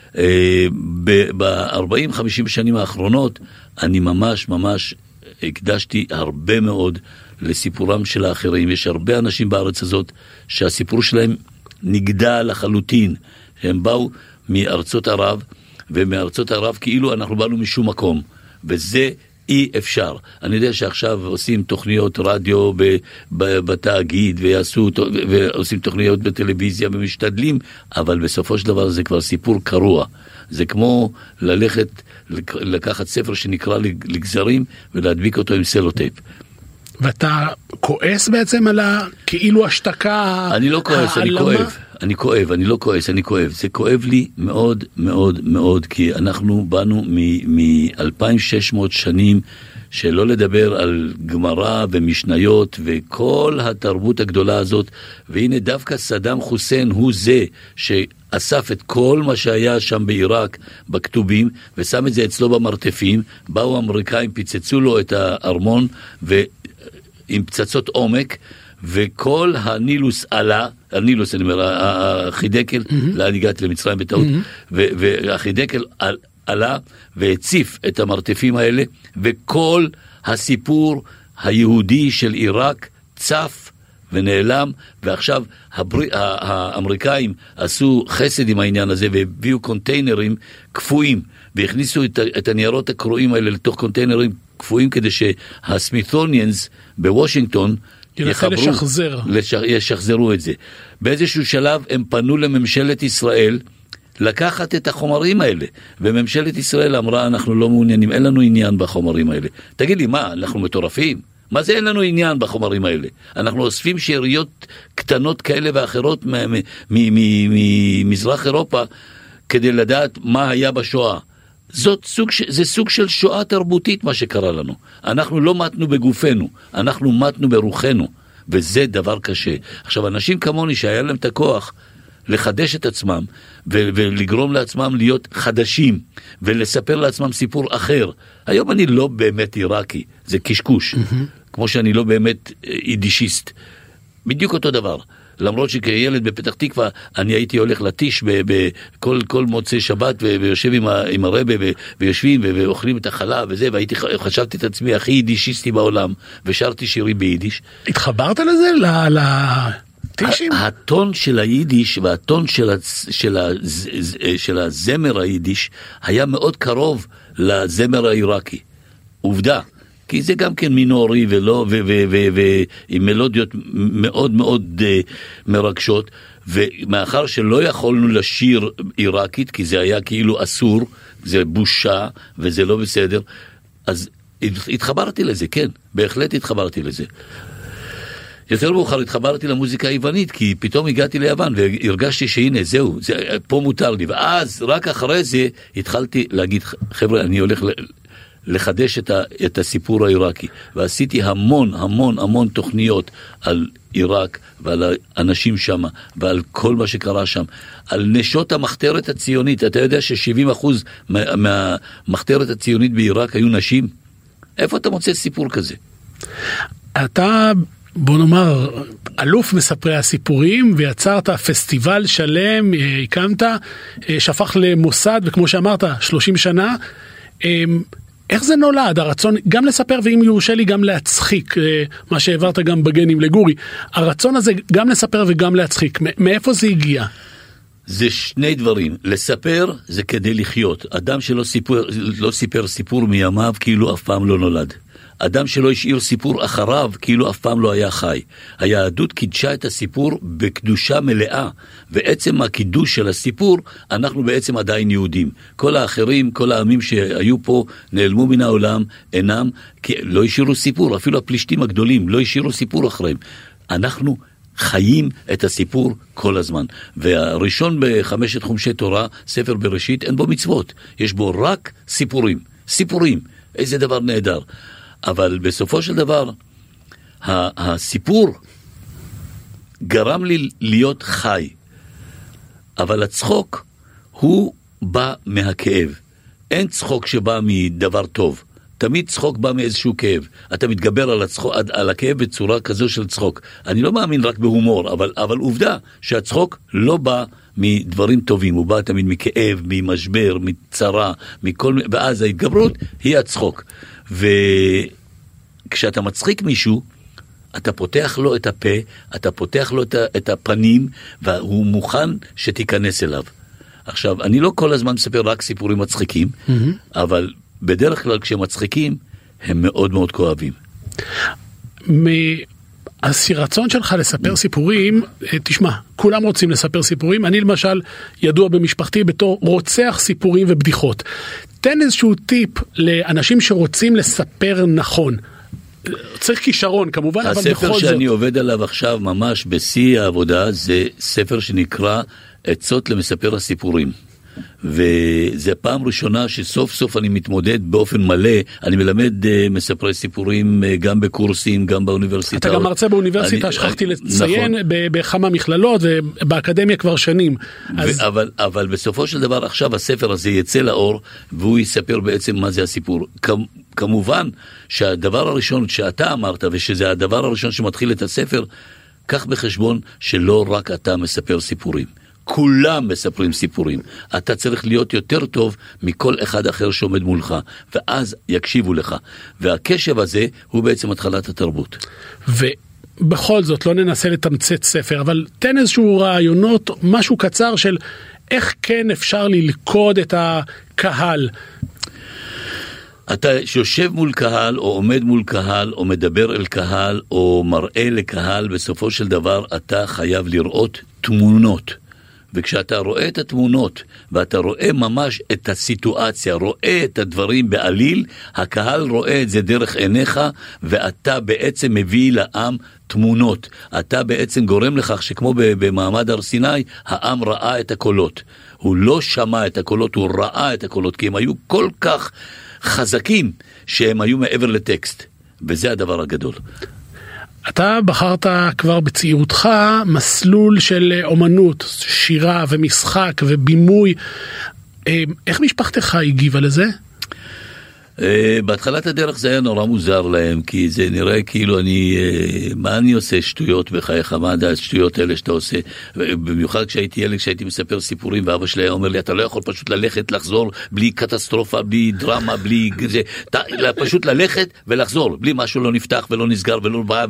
ב-40-50 שנים האחרונות, אני ממש הקדשתי הרבה מאוד לסיפורם של האחרים. יש הרבה אנשים בארץ הזאת שהסיפור שלהם נגדע לחלוטין. הם באו מארצות ערב, ומארצות ערב כאילו אנחנו באנו משום מקום, וזה אי אפשר. אני יודע שעכשיו עושים תוכניות רדיו בתאגיד, ועושים תוכניות בטלוויזיה ומשתדלים, אבל בסופו של דבר זה כבר סיפור קרוע. זה כמו לקחת ספר שנקרא לגזרים ולהדביק אותו עם סלוטייפ. ואתה כועס בעצם על כאילו השתקה? אני לא כועס, אני כואב. זה כואב לי מאוד מאוד מאוד, כי אנחנו באנו מ-2600 שנים, שלא לדבר על גמרא ומשניות וכל התרבות הגדולה הזאת, והנה דווקא סדאם חוסיין הוא זה שאסף את כל מה שהיה שם בעיראק בכתובים, ושם את זה אצלו במרתפים. באו האמריקאים, פיצצו לו את הארמון עם פצצות עומק, וכל הנילוס עלה, הנילוס, אני אומר, החידקל, לאן הגעתי למצרים בטעות, והחידקל עלה והציף את המרתפים האלה, וכל הסיפור היהודי של עיראק צף ונעלם, ועכשיו האמריקאים עשו חסד עם העניין הזה, והביאו קונטיינרים קפואים, והכניסו את הניירות הקרועים האלה לתוך קונטיינרים קפואים, כדי שהסמית'וניאנס בוושינגטון ישחזרו את זה. באיזשהו שלב הם פנו לממשלת ישראל לקחת את החומרים האלה, וממשלת ישראל אמרה, אנחנו לא מעוניינים, אין לנו עניין בחומרים האלה. תגיד לי, מה, אנחנו מטורפים? מה זה אין לנו עניין בחומרים האלה? אנחנו אוספים שאריות קטנות כאלה ואחרות ממזרח אירופה, כדי לדעת מה היה בשואה. זה סוג של שואה תרבותית מה שקרה לנו. אנחנו לא מתנו בגופנו, אנחנו מתנו ברוחנו, וזה דבר קשה. עכשיו, אנשים כמוני שהיה להם את הכוח לחדש את עצמם, ולגרום לעצמם להיות חדשים, ולספר לעצמם סיפור אחר. היום אני לא באמת עיראקי, זה קשקוש, כמו שאני לא באמת יידישיסט. בדיוק אותו דבר. למרות שכילד בפתח תקווה, אני הייתי הולך לטיש בכל מוצאי שבת, ויושב עם הרבה, ויושבים ואוכלים את החלב וזה, חשבתי את עצמי הכי יידישיסטי בעולם, ושרתי שירים ביידיש. התחברת לזה? לטישים? הטון של היידיש, והטון של הזמר היידיש, היה מאוד קרוב לזמר העיראקי. עובדה. כי זה גם כן מינורי ולא, ועם מלודיות מאוד מאוד מרגשות, ומאחר שלא יכולנו לשיר עיראקית, כי זה היה כאילו אסור, זה בושה, וזה לא בסדר, אז התחברתי לזה, כן, בהחלט התחברתי לזה. יותר מאוחר התחברתי למוזיקה היוונית, כי פתאום הגעתי ליוון, והרגשתי שהנה, זהו, פה מותר לי, ואז רק אחרי זה התחלתי להגיד, חבר'ה, אני הולך לחדש את הסיפור העיראקי, ועשיתי המון תוכניות על עיראק ועל האנשים שם ועל כל מה שקרה שם, על נשות המחתרת הציונית. אתה יודע ש70% מהמחתרת הציונית בעיראק היו נשים? איפה אתה מוצא סיפור כזה? אתה, בוא נאמר, אלוף מספרי הסיפורים, ויצרת פסטיבל שלם, הקמת, שהפך למוסד, וכמו שאמרת, 30 שנה. איך זה נולד? הרצון גם לספר, ואם יורשה לי גם להצחיק, מה שהעברת גם בגנים לגורי, הרצון הזה גם לספר וגם להצחיק, מאיפה זה הגיע? זה שני דברים. לספר זה כדי לחיות. אדם שלא סיפר סיפור מימיו כאילו אף פעם לא נולד. אדם שלא השאיר סיפור אחריו כאילו אף פעם לא היה חי. היהדות קידשה את הסיפור בקדושה מלאה, ועצם הקידוש של הסיפור אנחנו בעצם עדיין יהודים. כל האחרים, כל העמים שהיו פה נעלמו מן העולם, אינם, כי לא השאירו סיפור. אפילו הפלישתים הגדולים לא השאירו סיפור אחריהם. אנחנו חיים את הסיפור כל הזמן. והראשון בחמשת חומשי תורה, ספר בראשית, אין בו מצוות. יש בו רק סיפורים. סיפורים. איזה דבר נהדר. אבל בסופו של דבר, הסיפור גרם לי להיות חי. אבל הצחוק הוא בא מהכאב. אין צחוק שבא מדבר טוב. תמיד צחוק בא מאיזשהו כאב. אתה מתגבר על הכאב בצורה כזו של צחוק. אני לא מאמין רק בהומור, אבל עובדה שהצחוק לא בא מדברים טובים. הוא בא תמיד מכאב, ממשבר, מצרה, ואז ההתגברות היא הצחוק. וכשאתה מצחיק מישהו, אתה פותח לו את הפה, אתה פותח לו את הפנים, והוא מוכן שתיכנס אליו. עכשיו, אני לא כל הזמן מספר רק סיפורים מצחיקים, אבל בדרך כלל כשמצחיקים, הם מאוד מאוד כואבים. הרצון שלך לספר סיפורים, תשמע, כולם רוצים לספר סיפורים, אני למשל ידוע במשפחתי בתור רוצח סיפורים ובדיחות. תן איזשהו טיפ לאנשים שרוצים לספר נכון. צריך כישרון כמובן, אבל בכל זאת. הספר שאני עובד עליו עכשיו ממש בשיא העבודה, זה ספר שנקרא עצות למספר הסיפורים. וזה פעם ראשונה שסוף סוף אני מתמודד באופן מלא, אני מלמד מספרי סיפורים גם בקורסים, גם באוניברסיטה. אתה גם מרצה באוניברסיטה, שכחתי לציין, בכמה מכללות ובאקדמיה כבר שנים. אבל בסופו של דבר עכשיו הספר הזה יצא לאור, והוא יספר בעצם מה זה הסיפור. כמובן שהדבר הראשון שאתה אמרת, ושזה הדבר הראשון שמתחיל את הספר, קח בחשבון שלא רק אתה מספר סיפורים. כולם מספרים סיפורים. אתה צריך להיות יותר טוב מכל אחד אחר שעומד מולך, ואז יקשיבו לך. והקשב הזה הוא בעצם התחלת התרבות. ובכל זאת, לא ננסה לתמצת ספר, אבל תן איזשהו רעיונות, משהו קצר של איך כן אפשר ללכוד את הקהל. אתה שיושב מול קהל, או עומד מול קהל, או מדבר אל קהל, או מראה לקהל, בסופו של דבר אתה חייב לראות תמונות. וכשאתה רואה את התמונות, ואתה רואה ממש את הסיטואציה, רואה את הדברים בעליל, הקהל רואה את זה דרך עיניך, ואתה בעצם מביא לעם תמונות. אתה בעצם גורם לכך שכמו במעמד הר סיני, העם ראה את הקולות. הוא לא שמע את הקולות, הוא ראה את הקולות, כי הם היו כל כך חזקים, שהם היו מעבר לטקסט. וזה הדבר הגדול. אתה בחרת כבר בצעירותך מסלול של אומנות, שירה ומשחק ובימוי. איך משפחתך הגיבה לזה? בהתחלת הדרך זה היה נורא מוזר להם, כי זה נראה כאילו מה אני עושה שטויות בחייך, מה השטויות האלה שאתה עושה, במיוחד כשהייתי ילד, כשהייתי מספר סיפורים, ואבא שלי היה אומר לי, אתה לא יכול פשוט ללכת, לחזור, בלי קטסטרופה, בלי דרמה, בלי זה, פשוט ללכת ולחזור, בלי משהו לא נפתח ולא נסגר ולא בא,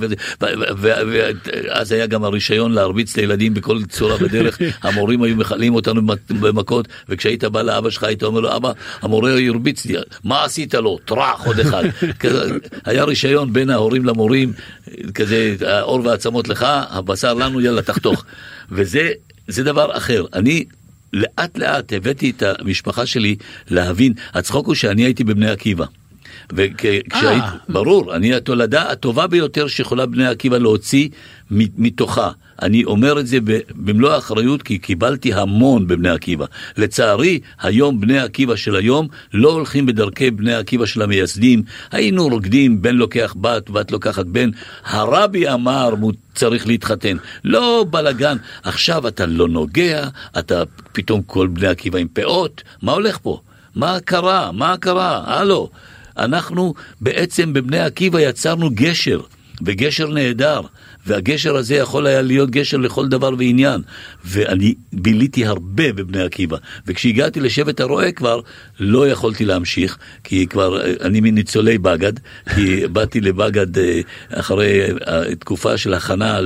ואז היה גם הרישיון להרביץ לילדים בכל צורה בדרך, המורים היו מחלים אותנו במכות, וכשהיית בא לאבא שלך, היית אומר לו, אבא, המורה ירביץ לי, מה עשית לו? טרח עוד אחד. היה רישיון בין ההורים למורים, כזה, האור והעצמות לך, הבשר לנו, יאללה, תחתוך. וזה דבר אחר. אני לאט לאט הבאתי את המשפחה שלי להבין, הצחוק הוא שאני הייתי בבני עקיבא. וכשהיית, ברור, אני התולדה הטובה ביותר שיכולה בני עקיבא להוציא מתוכה. אני אומר את זה במלוא האחריות, כי קיבלתי המון בבני עקיבא. לצערי, היום בני עקיבא של היום לא הולכים בדרכי בני עקיבא של המייסדים. היינו רוקדים, בן לוקח בת, בת לוקחת בן. הרבי אמר, צריך להתחתן. לא בלגן. עכשיו אתה לא נוגע, אתה פתאום כל בני עקיבא עם פאות. מה הולך פה? מה קרה? מה קרה? הלו. אנחנו בעצם בבני עקיבא יצרנו גשר. וגשר נהדר, והגשר הזה יכול היה להיות גשר לכל דבר ועניין, ואני ביליתי הרבה בבני עקיבא, וכשהגעתי לשבט הרועה כבר לא יכולתי להמשיך, כי כבר אני מניצולי בגד, כי באתי לבגד אחרי תקופה של הכנה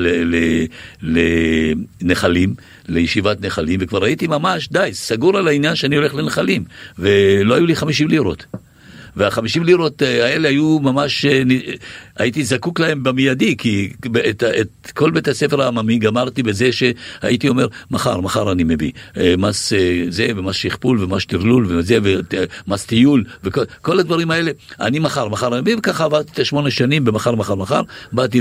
לנחלים, לישיבת נחלים, וכבר הייתי ממש די, סגור על העניין שאני הולך לנחלים, ולא היו לי 50 לירות. וה-50 לירות האלה היו ממש, הייתי זקוק להם במיידי, כי את כל בית הספר העממי גמרתי בזה שהייתי אומר, מחר אני מביא מס זה ומס שכפול ומס תרלול וזה ומס טיול וכל הדברים האלה, אני מחר אני מביא, וככה עברתי את 8 שנים במחר, באתי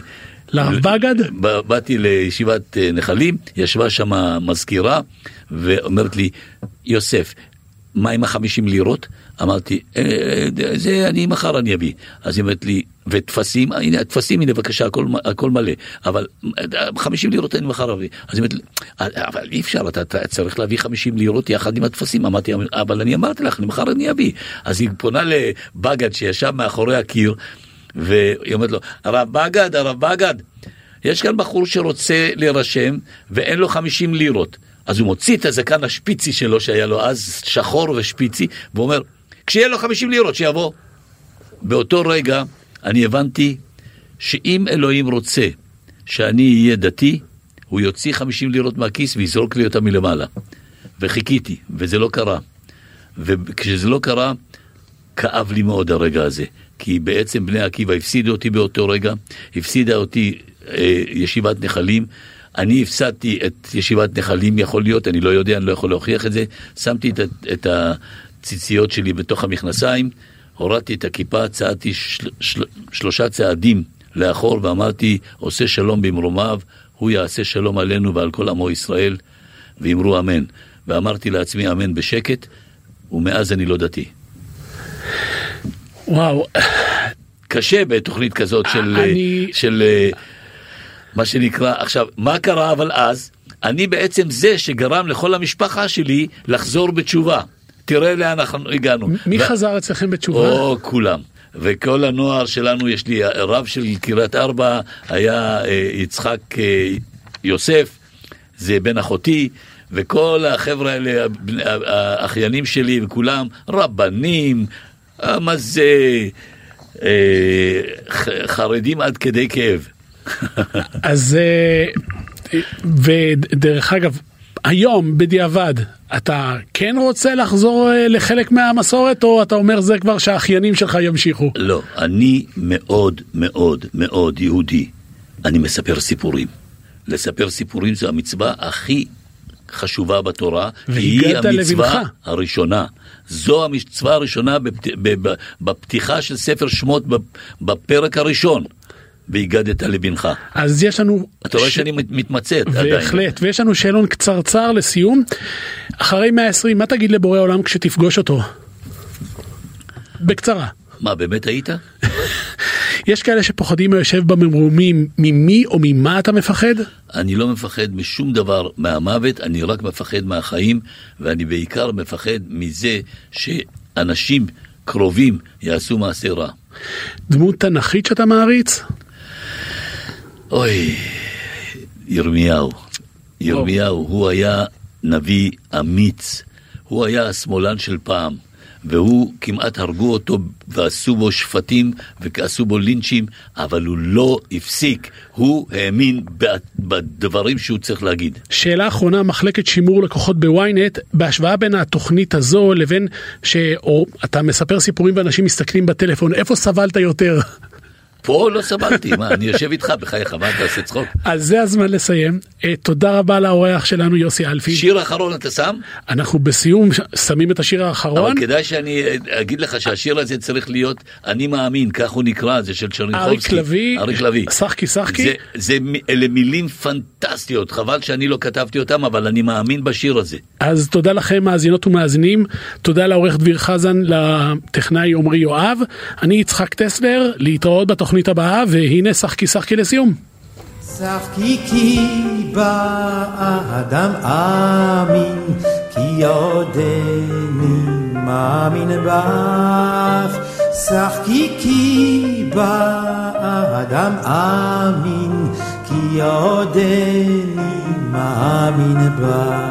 באתי לישיבת נחלים, ישבה שם מזכירה ואומרת לי, יוסף, מה עם 50 לירות? אמרתי, זה אני מחר אני אביא. אז היא אומרת לי, ותפסים, הנה, תפסים, הנה בבקשה, הכל מלא, אבל 50 לירות אני מחר אביא. אז היא אומרת לי, אבל אי אפשר, אתה צריך להביא 50 לירות יחד עם התפסים. אמרתי, אבל אני אמרתי לך, מחר אני אביא. אז היא פונה לבגד שישב מאחורי הקיר, והיא אומרת לו, הרב בגד, יש כאן בחור שרוצה להירשם, ואין לו 50 לירות. אז הוא מוציא את הזקן השפיצי שלו, שהיה לו אז שחור ושפיצי, ואומר, כשיהיה לו 50 לירות, שיבוא. באותו רגע אני הבנתי שאם אלוהים רוצה שאני אהיה דתי, הוא יוציא 50 לירות מהכיס ויזרוק לי אותה מלמעלה. וחיכיתי, וזה לא קרה. וכשזה לא קרה, כאב לי מאוד הרגע הזה. כי בעצם בני עקיבא הפסידו אותי באותו רגע, הפסידה אותי ישיבת נחלים, אני הפסדתי את ישיבת נחלים, יכול להיות, אני לא יודע, אני לא יכול להוכיח את זה, שמתי את הציציות שלי בתוך המכנסיים, הורדתי את הכיפה, צעדתי 3 צעדים לאחור, ואמרתי, עושה שלום במרומיו, הוא יעשה שלום עלינו ועל כל עמו ישראל, ואמרו אמן. ואמרתי לעצמי אמן בשקט, ומאז אני לא דתי. וואו. קשה בתוכנית כזאת של מה שנקרא, עכשיו, מה קרה אבל אז? אני בעצם זה שגרם לכל המשפחה שלי לחזור בתשובה. תראה לאן אנחנו הגענו. מי חזר אצלכם בתשובה? כולם. וכל הנוער שלנו, יש לי רב של קריית ארבע, היה יצחק יוסף, זה בן אחותי, וכל החבר'ה האלה, האחיינים שלי וכולם, רבנים, מה זה, חרדים עד כדי כאב. אז, ודרך אגב, היום בדיעבד, אתה כן רוצה לחזור לחלק מהמסורת, או אתה אומר זה כבר שהאחיינים שלך ימשיכו? לא, אני מאוד מאוד מאוד יהודי. אני מספר סיפורים. לספר סיפורים זו המצווה הכי חשובה בתורה, כי היא המצווה הראשונה. זו המצווה הראשונה בפתיחה של ספר שמות בפרק הראשון. והגדת לבנך. אז יש לנו... אתה רואה שאני מתמצאת עדיין. בהחלט, ויש לנו שאלון קצרצר לסיום. אחרי 120, מה תגיד לבורא עולם כשתפגוש אותו? בקצרה. מה, באמת היית? יש כאלה שפוחדים יושב במרומים, ממי או ממה אתה מפחד? אני לא מפחד משום דבר מהמוות, אני רק מפחד מהחיים, ואני בעיקר מפחד מזה שאנשים קרובים יעשו מעשה רע. דמות תנכית שאתה מעריץ? אוי, ירמיהו, הוא היה נביא אמיץ, הוא היה השמאלן של פעם, והוא כמעט הרגו אותו ועשו בו שפטים ועשו בו לינצ'ים, אבל הוא לא הפסיק, הוא האמין בדברים שהוא צריך להגיד. שאלה אחרונה, מחלקת שימור לקוחות בוויינט, בהשוואה בין התוכנית הזו לבין שאתה מספר סיפורים ואנשים מסתכלים בטלפון, איפה סבלת יותר? פה לא סבלתי, מה, אני יושב איתך, בחייך, מה אתה עושה צחוק? אז זה הזמן לסיים. תודה רבה לאורח שלנו, יוסי אלפי. שיר האחרון אתה שם? אנחנו בסיום שמים את השיר האחרון. אבל כדאי שאני אגיד לך שהשיר הזה צריך להיות, אני מאמין, כך הוא נקרא, זה של צ'רניחובסקי. אריק לוי. שחקי. אלה מילים פנטסטיות, חבל שאני לא כתבתי אותם, אבל אני מאמין בשיר הזה. אז תודה לכם, מאזינות ומאזינים. תודה לעורך דביר חזן, לטכנאי עומרי יואב. אני יצחק טסלר, להתראות בתוכנית הבאה, והנה שחקי לסיום. שחקי כי באדם אמין, כי עודני מאמין בך. שחקי כי באדם האדם אמין, כי עודני מאמין בה.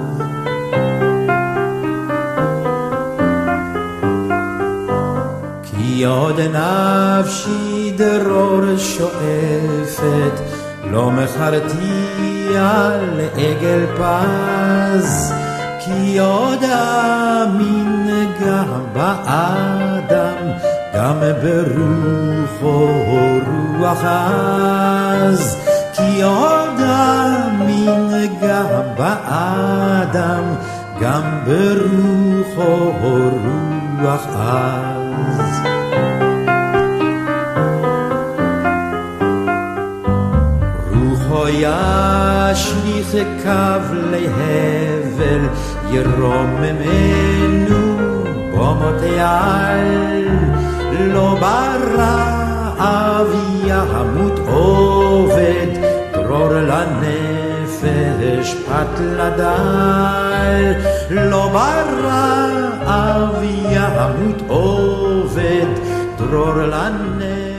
כי עוד נפשי דרור שואפת, לא מכרתי על עגל פז, כי עוד אמין גם באדם, גם ברוחו רוח עז. כי עוד אמין גם באדם, גם ברוחו רוח עז. רוחו ישליך קו להבל, ירוממנו במותי על. לא ברעב ימות עובד, דרור לנפש פת לדל. לא ברעב ימות עובד, דרור לנפש